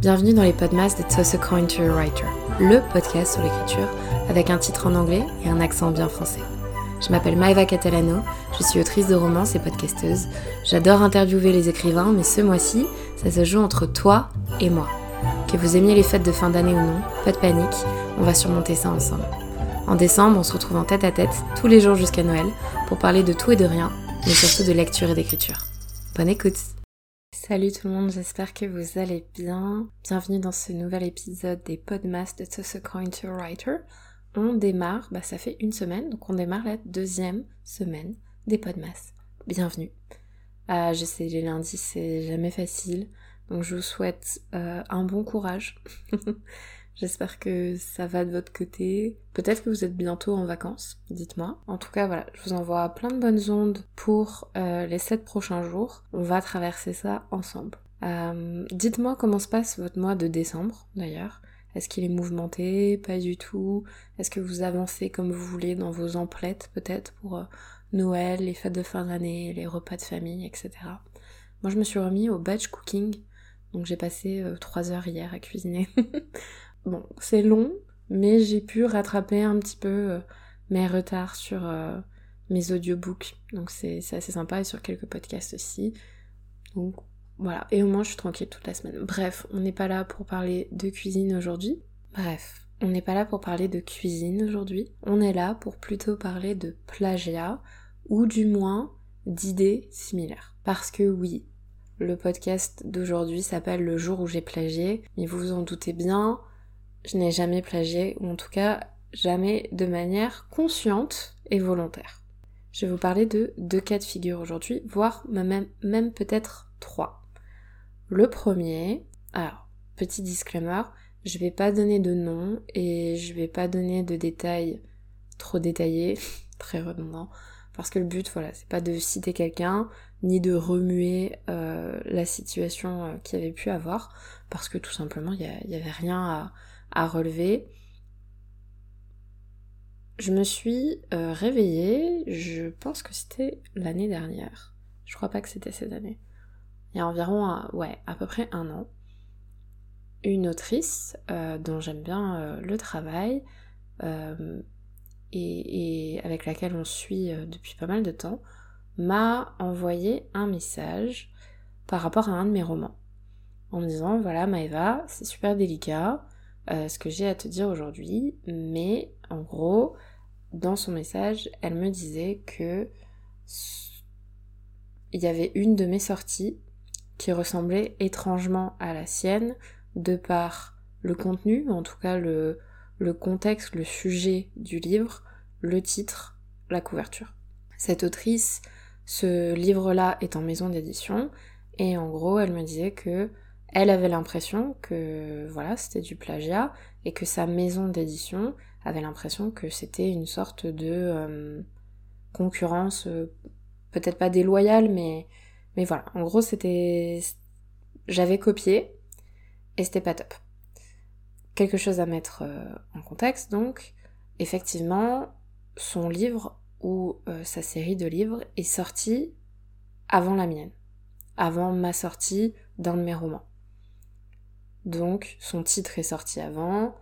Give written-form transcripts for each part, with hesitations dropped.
Bienvenue dans les podcasts de Toss a Coin to a Writer, le podcast sur l'écriture avec un titre en anglais et un accent bien français. Je m'appelle Maeva Catalano, je suis autrice de romances et podcasteuse. J'adore interviewer les écrivains, mais ce mois-ci, ça se joue entre toi et moi. Que vous aimiez les fêtes de fin d'année ou non, pas de panique, on va surmonter ça ensemble. En décembre, on se retrouve en tête à tête, tous les jours jusqu'à Noël, pour parler de tout et de rien, mais surtout de lecture et d'écriture. Bonne écoute! Salut tout le monde, j'espère que vous allez bien. Bienvenue dans ce nouvel épisode des podcasts de Toss a Coin to a Writer. On démarre, ça fait une semaine, donc on démarre la deuxième semaine des podcasts. Bienvenue. Je sais, les lundis c'est jamais facile, donc je vous souhaite un bon courage. J'espère que ça va de votre côté. Peut-être que vous êtes bientôt en vacances, dites-moi. En tout cas, voilà, je vous envoie plein de bonnes ondes pour les 7 prochains jours. On va traverser ça ensemble. Dites-moi comment se passe votre mois de décembre, d'ailleurs. Est-ce qu'il est mouvementé? Pas du tout. Est-ce que vous avancez comme vous voulez dans vos emplettes, peut-être, pour Noël, les fêtes de fin d'année, les repas de famille, etc. Moi, je me suis remis au batch cooking. Donc j'ai passé 3 heures hier à cuisiner. Bon, c'est long, mais j'ai pu rattraper un petit peu mes retards sur mes audiobooks. Donc c'est assez sympa, et sur quelques podcasts aussi. Donc voilà, et au moins je suis tranquille toute la semaine. Bref, on n'est pas là pour parler de cuisine aujourd'hui. On est là pour plutôt parler de plagiat, ou du moins d'idées similaires. Parce que oui, le podcast d'aujourd'hui s'appelle Le jour où j'ai plagié, mais vous vous en doutez bien, je n'ai jamais plagié, ou en tout cas jamais de manière consciente et volontaire. Je vais vous parler de 2 cas de figure aujourd'hui, voire même peut-être 3. Le premier, alors, petit disclaimer, je vais pas donner de nom et je vais pas donner de détails trop détaillés, très redondant, parce que le but, voilà, c'est pas de citer quelqu'un, ni de remuer la situation qu'il y avait pu avoir, parce que tout simplement, il y avait rien à relever. Je me suis réveillée, je pense que c'était l'année dernière. Je crois pas que c'était cette année. Il y a environ, à peu près 1 an. Une autrice dont j'aime bien le travail et avec laquelle on suit depuis pas mal de temps, m'a envoyé un message par rapport à un de mes romans. En me disant, voilà Maeva, c'est super délicat, ce que j'ai à te dire aujourd'hui, mais en gros, dans son message, elle me disait que il y avait une de mes sorties qui ressemblait étrangement à la sienne, de par le contenu, en tout cas le contexte, le sujet du livre, le titre, la couverture. Cette autrice, ce livre-là est en maison d'édition, et en gros, elle me disait que elle avait l'impression que voilà, c'était du plagiat, et que sa maison d'édition avait l'impression que c'était une sorte de concurrence, peut-être pas déloyale, mais voilà. En gros, j'avais copié, et c'était pas top. Quelque chose à mettre en contexte, donc, effectivement, son livre, ou sa série de livres, est sorti avant la mienne, avant ma sortie d'un de mes romans. Donc son titre est sorti avant,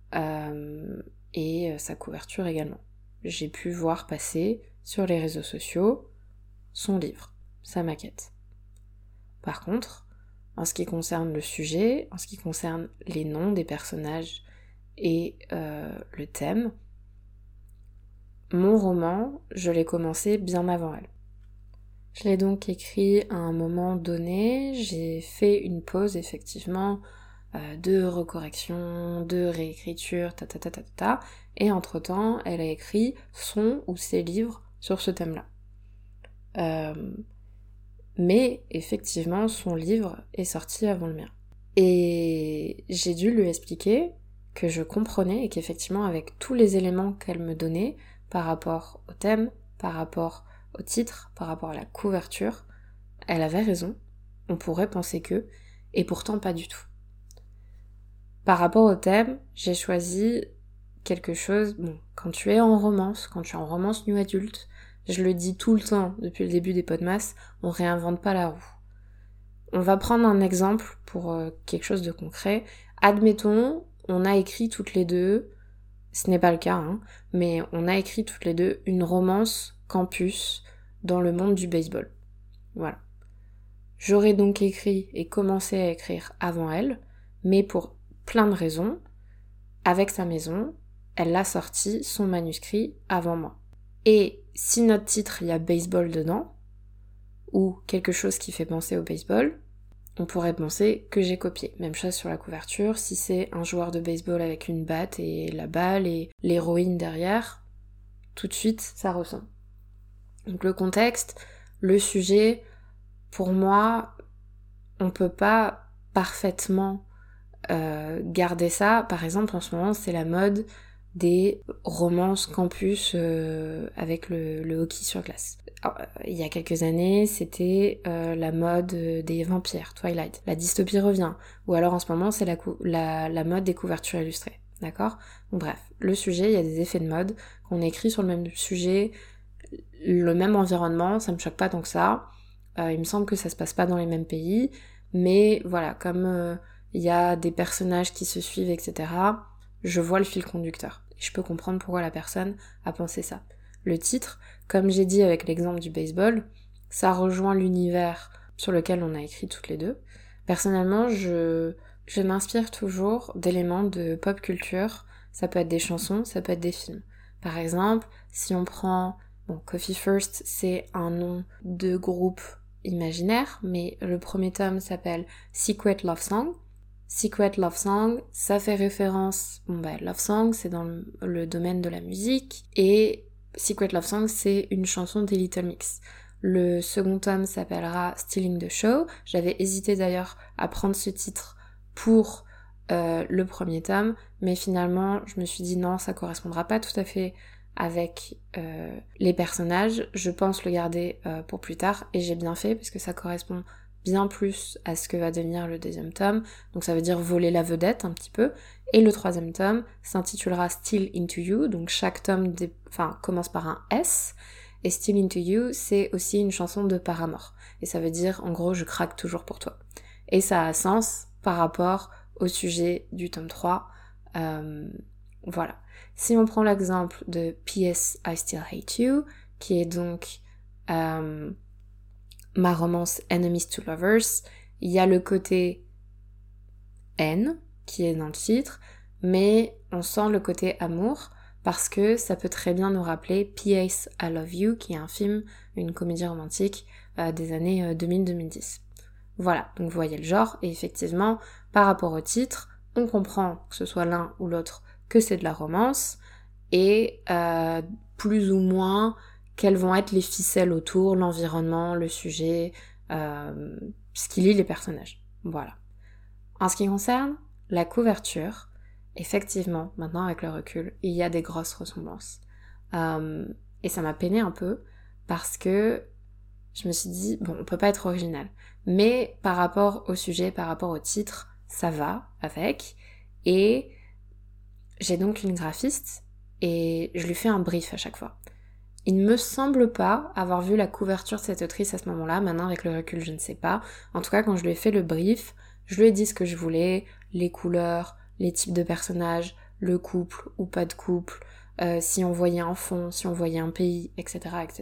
et sa couverture également. J'ai pu voir passer sur les réseaux sociaux son livre, sa maquette. Par contre, en ce qui concerne le sujet, en ce qui concerne les noms des personnages et le thème, mon roman, je l'ai commencé bien avant elle. Je l'ai donc écrit à un moment donné, j'ai fait une pause effectivement de recorrection, de réécriture, et entre-temps, elle a écrit son ou ses livres sur ce thème-là. Mais effectivement, son livre est sorti avant le mien. Et j'ai dû lui expliquer que je comprenais et qu'effectivement, avec tous les éléments qu'elle me donnait par rapport au thème, par rapport au titre, par rapport à la couverture, elle avait raison, on pourrait penser que, et pourtant pas du tout. Par rapport au thème, j'ai choisi quelque chose, quand tu es en romance new adulte, je le dis tout le temps depuis le début des podcasts, on réinvente pas la roue. On va prendre un exemple pour quelque chose de concret. Admettons, on a écrit toutes les deux, ce n'est pas le cas, hein, mais on a écrit toutes les deux une romance campus dans le monde du baseball. Voilà. J'aurais donc écrit et commencé à écrire avant elle, mais pour plein de raisons, avec sa maison, elle a sorti son manuscrit avant moi. Et si notre titre, il y a baseball dedans, ou quelque chose qui fait penser au baseball, on pourrait penser que j'ai copié. Même chose sur la couverture, si c'est un joueur de baseball avec une batte et la balle et l'héroïne derrière, tout de suite, ça ressemble. Donc le contexte, le sujet, pour moi, on peut pas parfaitement garder ça. Par exemple, en ce moment, c'est la mode des romances campus avec le hockey sur glace. Alors, il y a quelques années, c'était la mode des vampires, Twilight. La dystopie revient. Ou alors en ce moment, c'est la mode des couvertures illustrées. D'accord ? Donc, bref, le sujet, il y a des effets de mode. Qu'on écrit sur le même sujet, le même environnement, ça me choque pas tant que ça. Il me semble que ça se passe pas dans les mêmes pays. Mais voilà, comme il y a des personnages qui se suivent, etc., je vois le fil conducteur. Et je peux comprendre pourquoi la personne a pensé ça. Le titre, comme j'ai dit avec l'exemple du baseball, ça rejoint l'univers sur lequel on a écrit toutes les deux. Personnellement, je m'inspire toujours d'éléments de pop culture. Ça peut être des chansons, ça peut être des films. Par exemple, si on prend... Bon, Coffee First, c'est un nom de groupe imaginaire, mais le premier tome s'appelle Secret Love Song. Secret Love Song, ça fait référence... Love Song, c'est dans le domaine de la musique, et Secret Love Song, c'est une chanson des Little Mix. Le second tome s'appellera Stealing the Show. J'avais hésité d'ailleurs à prendre ce titre pour le premier tome, mais finalement, je me suis dit non, ça correspondra pas tout à fait avec les personnages. Je pense le garder pour plus tard, et j'ai bien fait, parce que ça correspond bien plus à ce que va devenir le deuxième tome, donc ça veut dire voler la vedette un petit peu, et le troisième tome s'intitulera Still Into You, donc chaque tome commence par un S, et Still Into You, c'est aussi une chanson de Paramore, et ça veut dire en gros je craque toujours pour toi. Et ça a sens par rapport au sujet du tome 3, voilà. Si on prend l'exemple de P.S. I Still Hate You, qui est donc ma romance Enemies to Lovers, il y a le côté haine qui est dans le titre, mais on sent le côté amour parce que ça peut très bien nous rappeler P.S. I Love You, qui est un film, une comédie romantique des années 2000-2010. Voilà, donc vous voyez le genre, et effectivement, par rapport au titre, on comprend, que ce soit l'un ou l'autre, que c'est de la romance, et plus ou moins quelles vont être les ficelles autour, l'environnement, le sujet, ce qui lie les personnages. Voilà. En ce qui concerne la couverture, effectivement, maintenant avec le recul, il y a des grosses ressemblances. Et ça m'a peiné un peu, parce que je me suis dit, bon, on peut pas être original. Mais par rapport au sujet, par rapport au titre, ça va avec. Et j'ai donc une graphiste, et je lui fais un brief à chaque fois. Il ne me semble pas avoir vu la couverture de cette autrice à ce moment-là, maintenant avec le recul je ne sais pas. En tout cas quand je lui ai fait le brief, je lui ai dit ce que je voulais, les couleurs, les types de personnages, le couple ou pas de couple, si on voyait un fond, si on voyait un pays, etc. etc.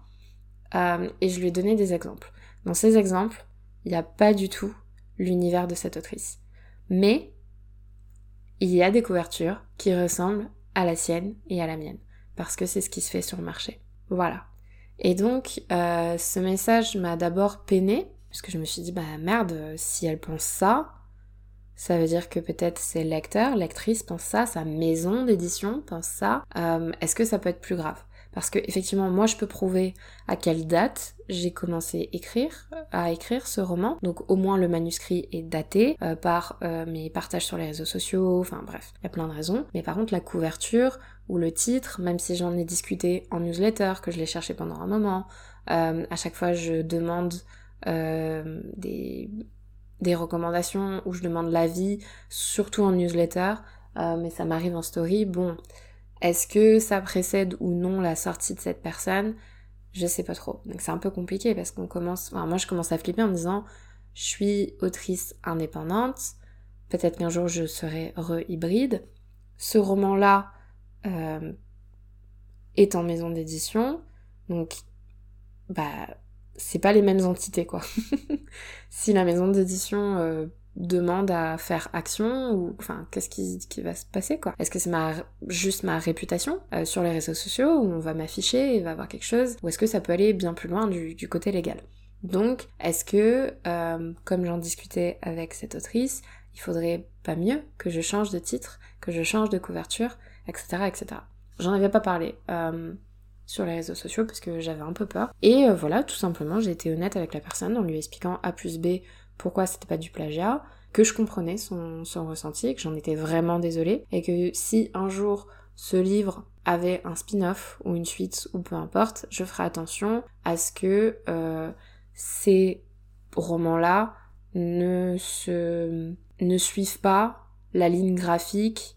Et je lui ai donné des exemples. Dans ces exemples, il n'y a pas du tout l'univers de cette autrice. Mais il y a des couvertures qui ressemblent à la sienne et à la mienne, parce que c'est ce qui se fait sur le marché. Voilà. Et donc, ce message m'a d'abord peinée, parce que je me suis dit, merde, si elle pense ça, ça veut dire que peut-être ses lecteurs, lectrices pensent ça, sa maison d'édition pense ça. Est-ce que ça peut être plus grave ? Parce que effectivement, moi je peux prouver à quelle date j'ai commencé à écrire ce roman. Donc au moins le manuscrit est daté par mes partages sur les réseaux sociaux, enfin bref, il y a plein de raisons. Mais par contre la couverture ou le titre, même si j'en ai discuté en newsletter, que je l'ai cherché pendant un moment, à chaque fois je demande des recommandations ou je demande l'avis, surtout en newsletter, mais ça m'arrive en story, bon... Est-ce que ça précède ou non la sortie de cette personne ? Je sais pas trop. Donc c'est un peu compliqué parce qu'on commence... Enfin, moi je commence à flipper en me disant je suis autrice indépendante, peut-être qu'un jour je serai re-hybride. Ce roman-là est en maison d'édition, donc c'est pas les mêmes entités quoi. Si la maison d'édition demande à faire action, ou enfin qu'est-ce qui va se passer quoi? Est-ce que c'est juste ma réputation sur les réseaux sociaux où on va m'afficher et va avoir quelque chose, ou est-ce que ça peut aller bien plus loin du côté légal? Donc est-ce que comme j'en discutais avec cette autrice, il faudrait pas mieux que je change de titre, que je change de couverture, etc. etc. J'en avais pas parlé sur les réseaux sociaux parce que j'avais un peu peur. Et voilà, tout simplement, j'ai été honnête avec la personne en lui expliquant A plus B pourquoi c'était pas du plagiat, que je comprenais son ressenti et que j'en étais vraiment désolée. Et que si un jour ce livre avait un spin-off ou une suite ou peu importe, je ferai attention à ce que ces romans-là ne suivent pas la ligne graphique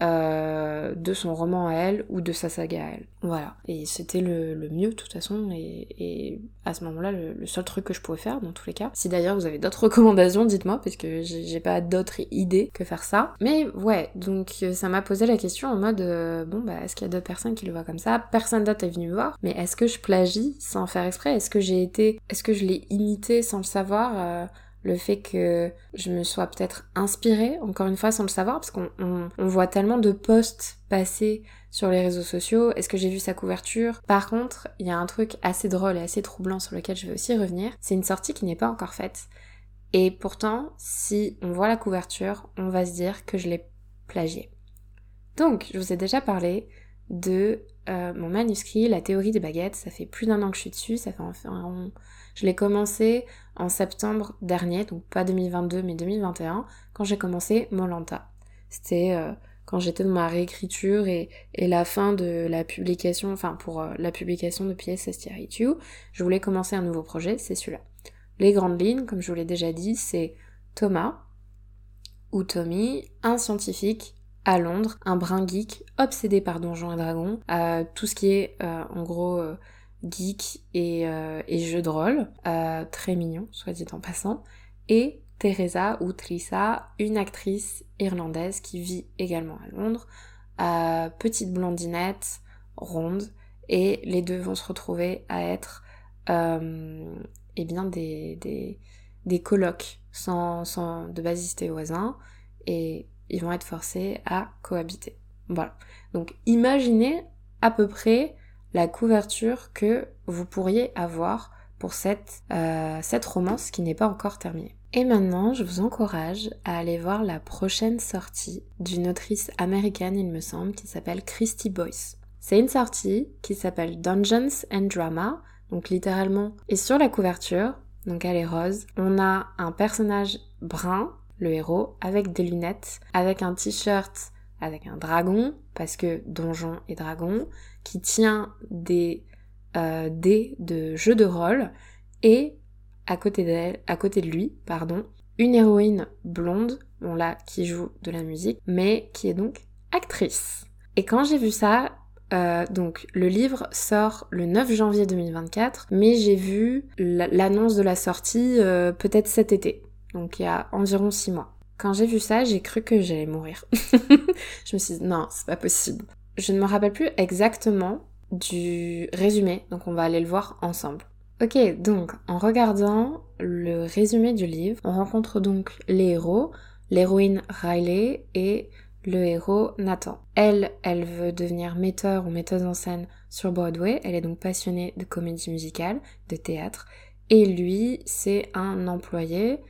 de son roman à elle ou de sa saga à elle. Voilà. Et c'était le mieux de toute façon, et à ce moment-là le seul truc que je pouvais faire dans tous les cas. Si d'ailleurs vous avez d'autres recommandations, dites-moi, parce que j'ai pas d'autres idées que faire ça. Mais ouais, donc ça m'a posé la question en mode est-ce qu'il y a d'autres personnes qui le voient comme ça? Personne d'autre est venu me voir, mais est-ce que je plagie sans faire exprès? Est-ce que je l'ai imité sans le savoir? Le fait que je me sois peut-être inspirée, encore une fois sans le savoir, parce qu'on voit tellement de posts passer sur les réseaux sociaux. Est-ce que j'ai vu sa couverture? Par contre, il y a un truc assez drôle et assez troublant sur lequel je vais aussi revenir, c'est une sortie qui n'est pas encore faite. Et pourtant, si on voit la couverture, on va se dire que je l'ai plagiée. Donc, je vous ai déjà parlé de mon manuscrit, La théorie des baguettes. Ça fait plus d'1 an que je suis dessus, ça fait environ... Je l'ai commencé en septembre dernier, donc pas 2022 mais 2021, quand j'ai commencé Molanta. C'était quand j'étais dans ma réécriture et la fin de la publication, pour la publication de P.S. STR82, je voulais commencer un nouveau projet, c'est celui-là. Les grandes lignes, comme je vous l'ai déjà dit, c'est Thomas, ou Tommy, un scientifique à Londres, un brin geek, obsédé par Donjons et Dragons, tout ce qui est en gros geek et jeux de rôle, très mignon, soit dit en passant, et Teresa ou Trissa, une actrice irlandaise qui vit également à Londres, petite blondinette, ronde, et les deux vont se retrouver à être des colocs sans de basisté voisins, et ils vont être forcés à cohabiter. Voilà. Donc imaginez à peu près la couverture que vous pourriez avoir pour cette romance qui n'est pas encore terminée. Et maintenant, je vous encourage à aller voir la prochaine sortie d'une autrice américaine, il me semble, qui s'appelle Christy Boyce. C'est une sortie qui s'appelle Dungeons and Drama, donc littéralement, et sur la couverture, donc elle est rose, on a un personnage brun, le héros, avec des lunettes, avec un t-shirt avec un dragon, parce que donjon et dragon, qui tient des dés de jeu de rôle, et à côté de lui, une héroïne blonde, qui joue de la musique, mais qui est donc actrice. Et quand j'ai vu ça, donc le livre sort le 9 janvier 2024, mais j'ai vu l'annonce de la sortie peut-être cet été, donc il y a environ 6 mois. Quand j'ai vu ça, j'ai cru que j'allais mourir. Je me suis dit, non, c'est pas possible. Je ne me rappelle plus exactement du résumé, donc on va aller le voir ensemble. Ok, donc en regardant le résumé du livre, on rencontre donc les héros, l'héroïne Riley et le héros Nathan. Elle veut devenir metteur ou metteuse en scène sur Broadway, elle est donc passionnée de comédie musicale, de théâtre, et lui, c'est un employé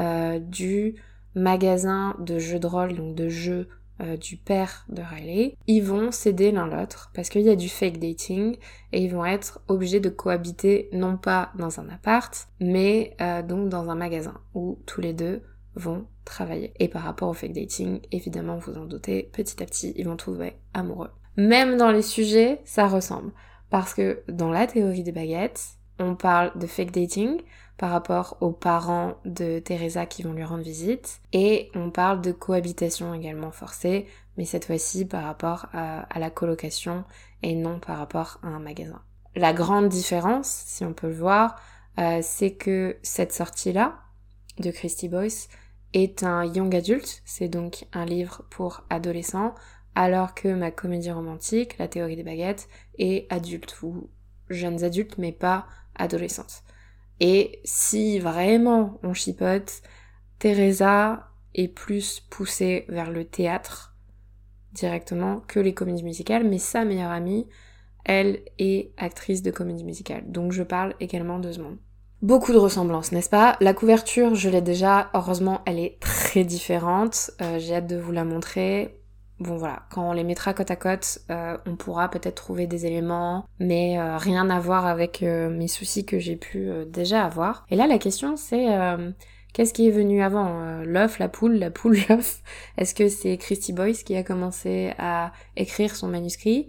du magasin de jeux de rôle, donc de jeux du père de Riley. Ils vont s'aider l'un l'autre parce qu'il y a du fake dating et ils vont être obligés de cohabiter non pas dans un appart mais donc dans un magasin où tous les deux vont travailler. Et par rapport au fake dating, évidemment vous en doutez, petit à petit ils vont trouver amoureux. Même dans les sujets, ça ressemble parce que dans la théorie des baguettes, on parle de fake dating par rapport aux parents de Teresa qui vont lui rendre visite, et on parle de cohabitation également forcée, mais cette fois-ci par rapport à la colocation et non par rapport à un magasin. La grande différence, si on peut le voir, c'est que cette sortie-là de Christy Boyce est un young adult, c'est donc un livre pour adolescents, alors que ma comédie romantique, La théorie des baguettes, est adulte ou jeunes adultes mais pas adolescentes. Et si vraiment on chipote, Teresa est plus poussée vers le théâtre directement que les comédies musicales, mais sa meilleure amie, elle est actrice de comédie musicale, donc je parle également de ce monde. Beaucoup de ressemblances, n'est-ce pas? La couverture, je l'ai déjà, heureusement, elle est très différente, j'ai hâte de vous la montrer. Bon voilà, quand on les mettra côte à côte, on pourra peut-être trouver des éléments, mais rien à voir avec mes soucis que j'ai pu déjà avoir. Et là, la question c'est, qu'est-ce qui est venu avant? L'œuf, la poule, l'œuf? Est-ce que c'est Christy Boyce qui a commencé à écrire son manuscrit?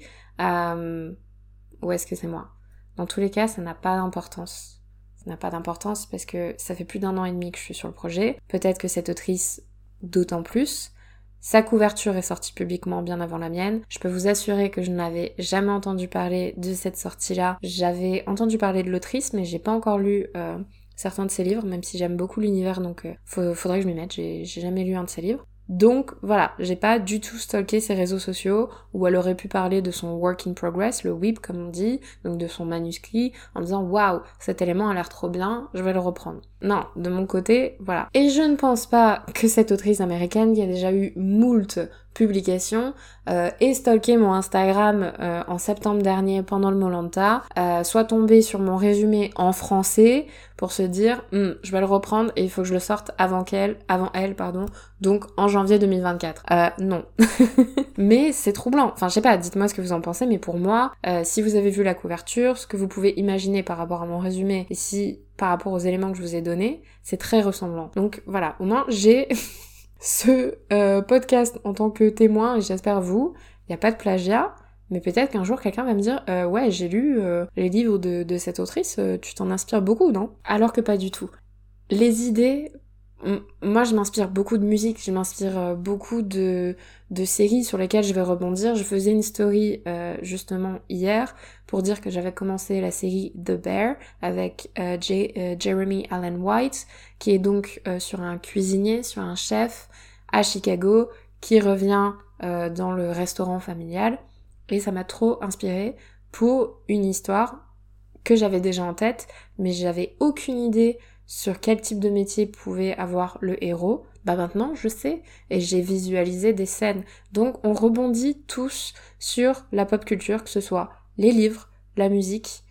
Ou est-ce que c'est moi? Dans tous les cas, ça n'a pas d'importance. Ça n'a pas d'importance parce que ça fait plus d'1 an et demi que je suis sur le projet. Peut-être que cette autrice, d'autant plus. Sa couverture est sortie publiquement bien avant la mienne. Je peux vous assurer que je n'avais jamais entendu parler de cette sortie-là. J'avais entendu parler de l'autrice, mais j'ai pas encore lu certains de ses livres, même si j'aime beaucoup l'univers, donc faudrait que je m'y mette. J'ai jamais lu un de ses livres. Donc voilà, j'ai pas du tout stalké ses réseaux sociaux, où elle aurait pu parler de son work in progress, le WIP comme on dit, donc de son manuscrit, en disant waouh, cet élément a l'air trop bien, je vais le reprendre. Non, de mon côté, voilà. Et je ne pense pas que cette autrice américaine, qui a déjà eu moult publications, ait stalké mon Instagram en septembre dernier pendant le Molanta, soit tombée sur mon résumé en français pour se dire je vais le reprendre et il faut que je le sorte avant elle, donc en janvier 2024. Non. Mais c'est troublant. Enfin, je sais pas, dites-moi ce que vous en pensez, mais pour moi, si vous avez vu la couverture, ce que vous pouvez imaginer par rapport à mon résumé, et si par rapport aux éléments que je vous ai donnés, c'est très ressemblant. Donc voilà, au moins j'ai ce podcast en tant que témoin, et j'espère vous, il n'y a pas de plagiat, mais peut-être qu'un jour quelqu'un va me dire ouais, j'ai lu les livres de cette autrice, tu t'en inspires beaucoup, non? Alors que pas du tout. Les idées, moi je m'inspire beaucoup de musique, je m'inspire beaucoup de séries sur lesquelles je vais rebondir. Je faisais une story justement hier pour dire que j'avais commencé la série The Bear avec Jeremy Allen White, qui est donc sur un cuisinier, sur un chef à Chicago qui revient dans le restaurant familial, et ça m'a trop inspirée pour une histoire que j'avais déjà en tête, mais j'avais aucune idée sur quel type de métier pouvait avoir le héros. Bah maintenant je sais, et j'ai visualisé des scènes. Donc on rebondit tous sur la pop culture, que ce soit les livres, la musique,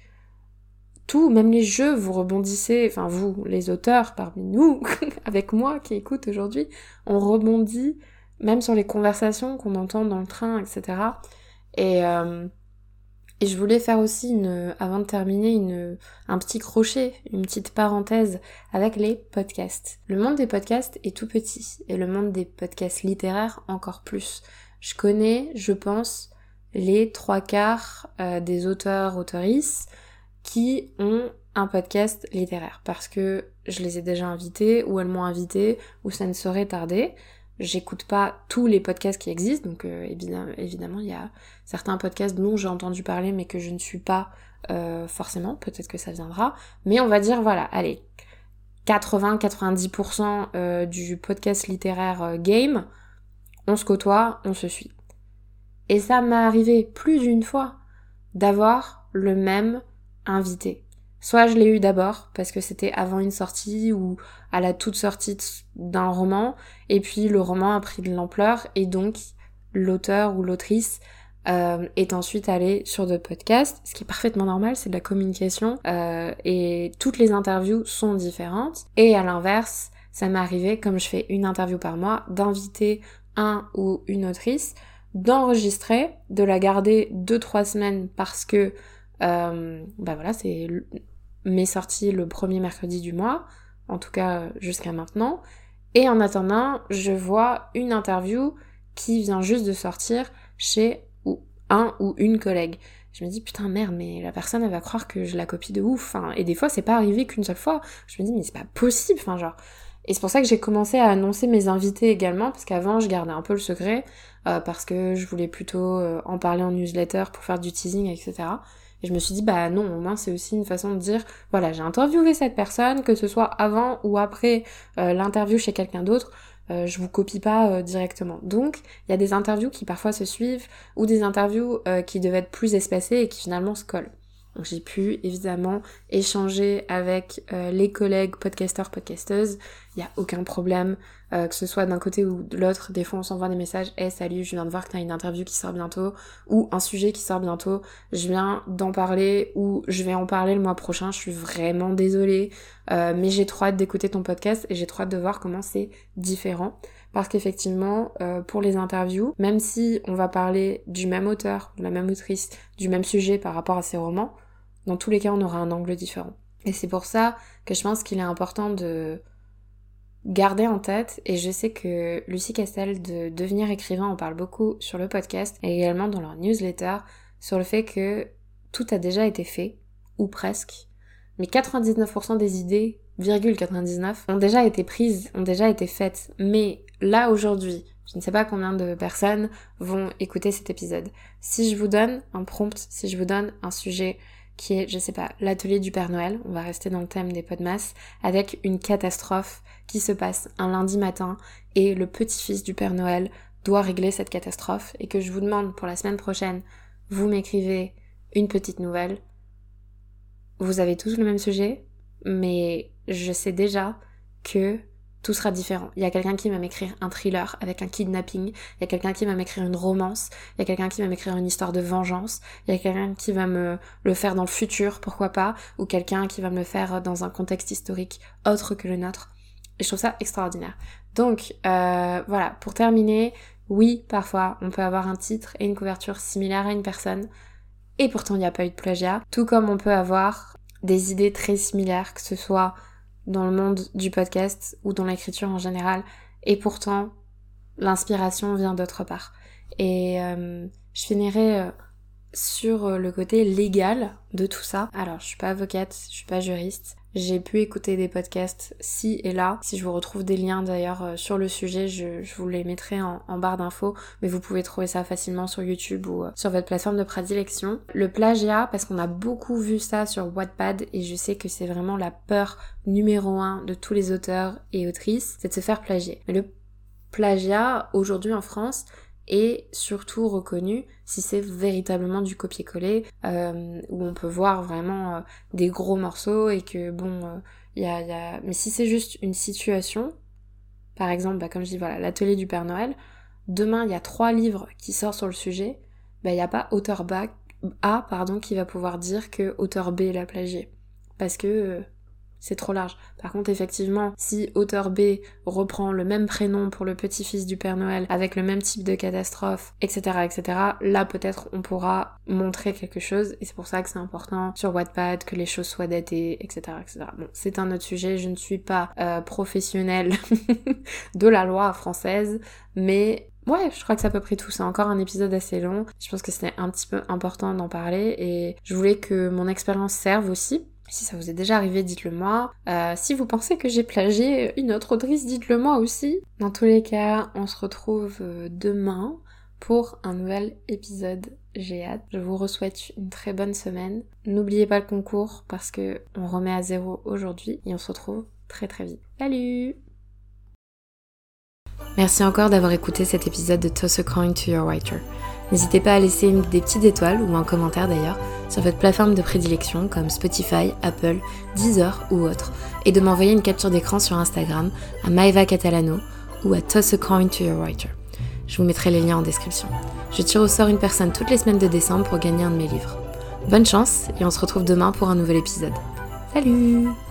tout, même les jeux, vous rebondissez, enfin vous, les auteurs parmi nous, avec moi qui écoute aujourd'hui, on rebondit même sur les conversations qu'on entend dans le train, etc. Et je voulais faire aussi, avant de terminer, un petit crochet, une petite parenthèse avec les podcasts. Le monde des podcasts est tout petit, et le monde des podcasts littéraires encore plus. Je connais, je pense, les 3/4 des auteurs, auteurices qui ont un podcast littéraire, parce que je les ai déjà invités, ou elles m'ont invité, ou ça ne saurait tarder. J'écoute pas tous les podcasts qui existent, donc évidemment il y a certains podcasts dont j'ai entendu parler mais que je ne suis pas forcément, peut-être que ça viendra, mais on va dire voilà, allez, 80-90% du podcast littéraire game, on se côtoie, on se suit. Et ça m'est arrivé plus d'une fois d'avoir le même invité. Soit je l'ai eu d'abord parce que c'était avant une sortie ou à la toute sortie d'un roman, et puis le roman a pris de l'ampleur et donc l'auteur ou l'autrice est ensuite allé sur d'autres podcasts, ce qui est parfaitement normal, c'est de la communication et toutes les interviews sont différentes. Et à l'inverse, ça m'est arrivé, comme je fais une interview par mois, d'inviter un ou une autrice, d'enregistrer, de la garder 2-3 semaines parce que voilà, c'est mes sorties le premier mercredi du mois, en tout cas jusqu'à maintenant, et en attendant, je vois une interview qui vient juste de sortir chez un ou une collègue. Je me dis putain merde, mais la personne elle va croire que je la copie de ouf, enfin, et des fois c'est pas arrivé qu'une seule fois, je me dis mais c'est pas possible, enfin genre. Et c'est pour ça que j'ai commencé à annoncer mes invités également, parce qu'avant je gardais un peu le secret, parce que je voulais plutôt en parler en newsletter pour faire du teasing, etc. Et je me suis dit, bah non, au moins c'est aussi une façon de dire, voilà, j'ai interviewé cette personne, que ce soit avant ou après l'interview chez quelqu'un d'autre, je vous copie pas directement. Donc, il y a des interviews qui parfois se suivent, ou des interviews qui devaient être plus espacées et qui finalement se collent. Donc j'ai pu évidemment échanger avec les collègues podcasteurs, podcasteuses, il n'y a aucun problème, que ce soit d'un côté ou de l'autre. Des fois on s'envoie des messages, hey salut, je viens de voir que t'as une interview qui sort bientôt, ou un sujet qui sort bientôt, je viens d'en parler, ou je vais en parler le mois prochain, je suis vraiment désolée, mais j'ai trop hâte d'écouter ton podcast et j'ai trop hâte de voir comment c'est différent. Parce qu'effectivement, pour les interviews, même si on va parler du même auteur, de la même autrice, du même sujet par rapport à ses romans, dans tous les cas, on aura un angle différent. Et c'est pour ça que je pense qu'il est important de garder en tête, et je sais que Lucie Castel de Devenir écrivain en parle beaucoup sur le podcast, et également dans leur newsletter, sur le fait que tout a déjà été fait, ou presque, mais 99% des idées, 99, ont déjà été prises, ont déjà été faites. Mais là, aujourd'hui, je ne sais pas combien de personnes vont écouter cet épisode. Si je vous donne un prompt, si je vous donne un sujet qui est, je sais pas, l'atelier du Père Noël, on va rester dans le thème des podmas, avec une catastrophe qui se passe un lundi matin, et le petit-fils du Père Noël doit régler cette catastrophe, et que je vous demande pour la semaine prochaine, vous m'écrivez une petite nouvelle. Vous avez tous le même sujet, mais je sais déjà que tout sera différent. Il y a quelqu'un qui va m'écrire un thriller avec un kidnapping, il y a quelqu'un qui va m'écrire une romance, il y a quelqu'un qui va m'écrire une histoire de vengeance, il y a quelqu'un qui va me le faire dans le futur, pourquoi pas, ou quelqu'un qui va me le faire dans un contexte historique autre que le nôtre. Et je trouve ça extraordinaire. Donc, voilà, pour terminer, oui, parfois, on peut avoir un titre et une couverture similaire à une personne, et pourtant il n'y a pas eu de plagiat, tout comme on peut avoir des idées très similaires, que ce soit dans le monde du podcast ou dans l'écriture en général, et pourtant l'inspiration vient d'autre part. Et je finirai sur le côté légal de tout ça. Alors je suis pas avocate, je suis pas juriste, j'ai pu écouter des podcasts ci et là. Si je vous retrouve des liens d'ailleurs sur le sujet, je vous les mettrai en barre d'infos, mais vous pouvez trouver ça facilement sur YouTube ou sur votre plateforme de prédilection. Le plagiat, parce qu'on a beaucoup vu ça sur Wattpad, et je sais que c'est vraiment la peur numéro 1 de tous les auteurs et autrices, c'est de se faire plagier. Mais le plagiat, aujourd'hui en France, est surtout reconnu si c'est véritablement du copier-coller, où on peut voir vraiment des gros morceaux, et que bon, mais si c'est juste une situation, par exemple, comme je dis, voilà, l'atelier du Père Noël, demain il y a 3 livres qui sortent sur le sujet, il n'y a pas auteur A, qui va pouvoir dire que auteur B l'a plagié, parce que c'est trop large. Par contre, effectivement, si auteur B reprend le même prénom pour le petit-fils du Père Noël, avec le même type de catastrophe, etc., là peut-être on pourra montrer quelque chose, et c'est pour ça que c'est important sur Wattpad que les choses soient datées, etc., Bon, c'est un autre sujet, je ne suis pas professionnelle de la loi française, mais ouais, je crois que c'est à peu près tout. C'est encore un épisode assez long. Je pense que c'était un petit peu important d'en parler, et je voulais que mon expérience serve aussi. Si ça vous est déjà arrivé, dites-le moi. Si vous pensez que j'ai plagié une autre autrice, dites-le moi aussi. Dans tous les cas, on se retrouve demain pour un nouvel épisode. J'ai hâte. Je vous souhaite une très bonne semaine. N'oubliez pas le concours, parce que on remet à 0 aujourd'hui, et on se retrouve très très vite. Salut! Merci encore d'avoir écouté cet épisode de Toss a Coin to Your Writer. N'hésitez pas à laisser des petites étoiles, ou un commentaire d'ailleurs, sur votre plateforme de prédilection comme Spotify, Apple, Deezer ou autre, et de m'envoyer une capture d'écran sur Instagram à Maeva Catalano ou à Toss a Coin to Your Writer. Je vous mettrai les liens en description. Je tire au sort une personne toutes les semaines de décembre pour gagner un de mes livres. Bonne chance, et on se retrouve demain pour un nouvel épisode. Salut!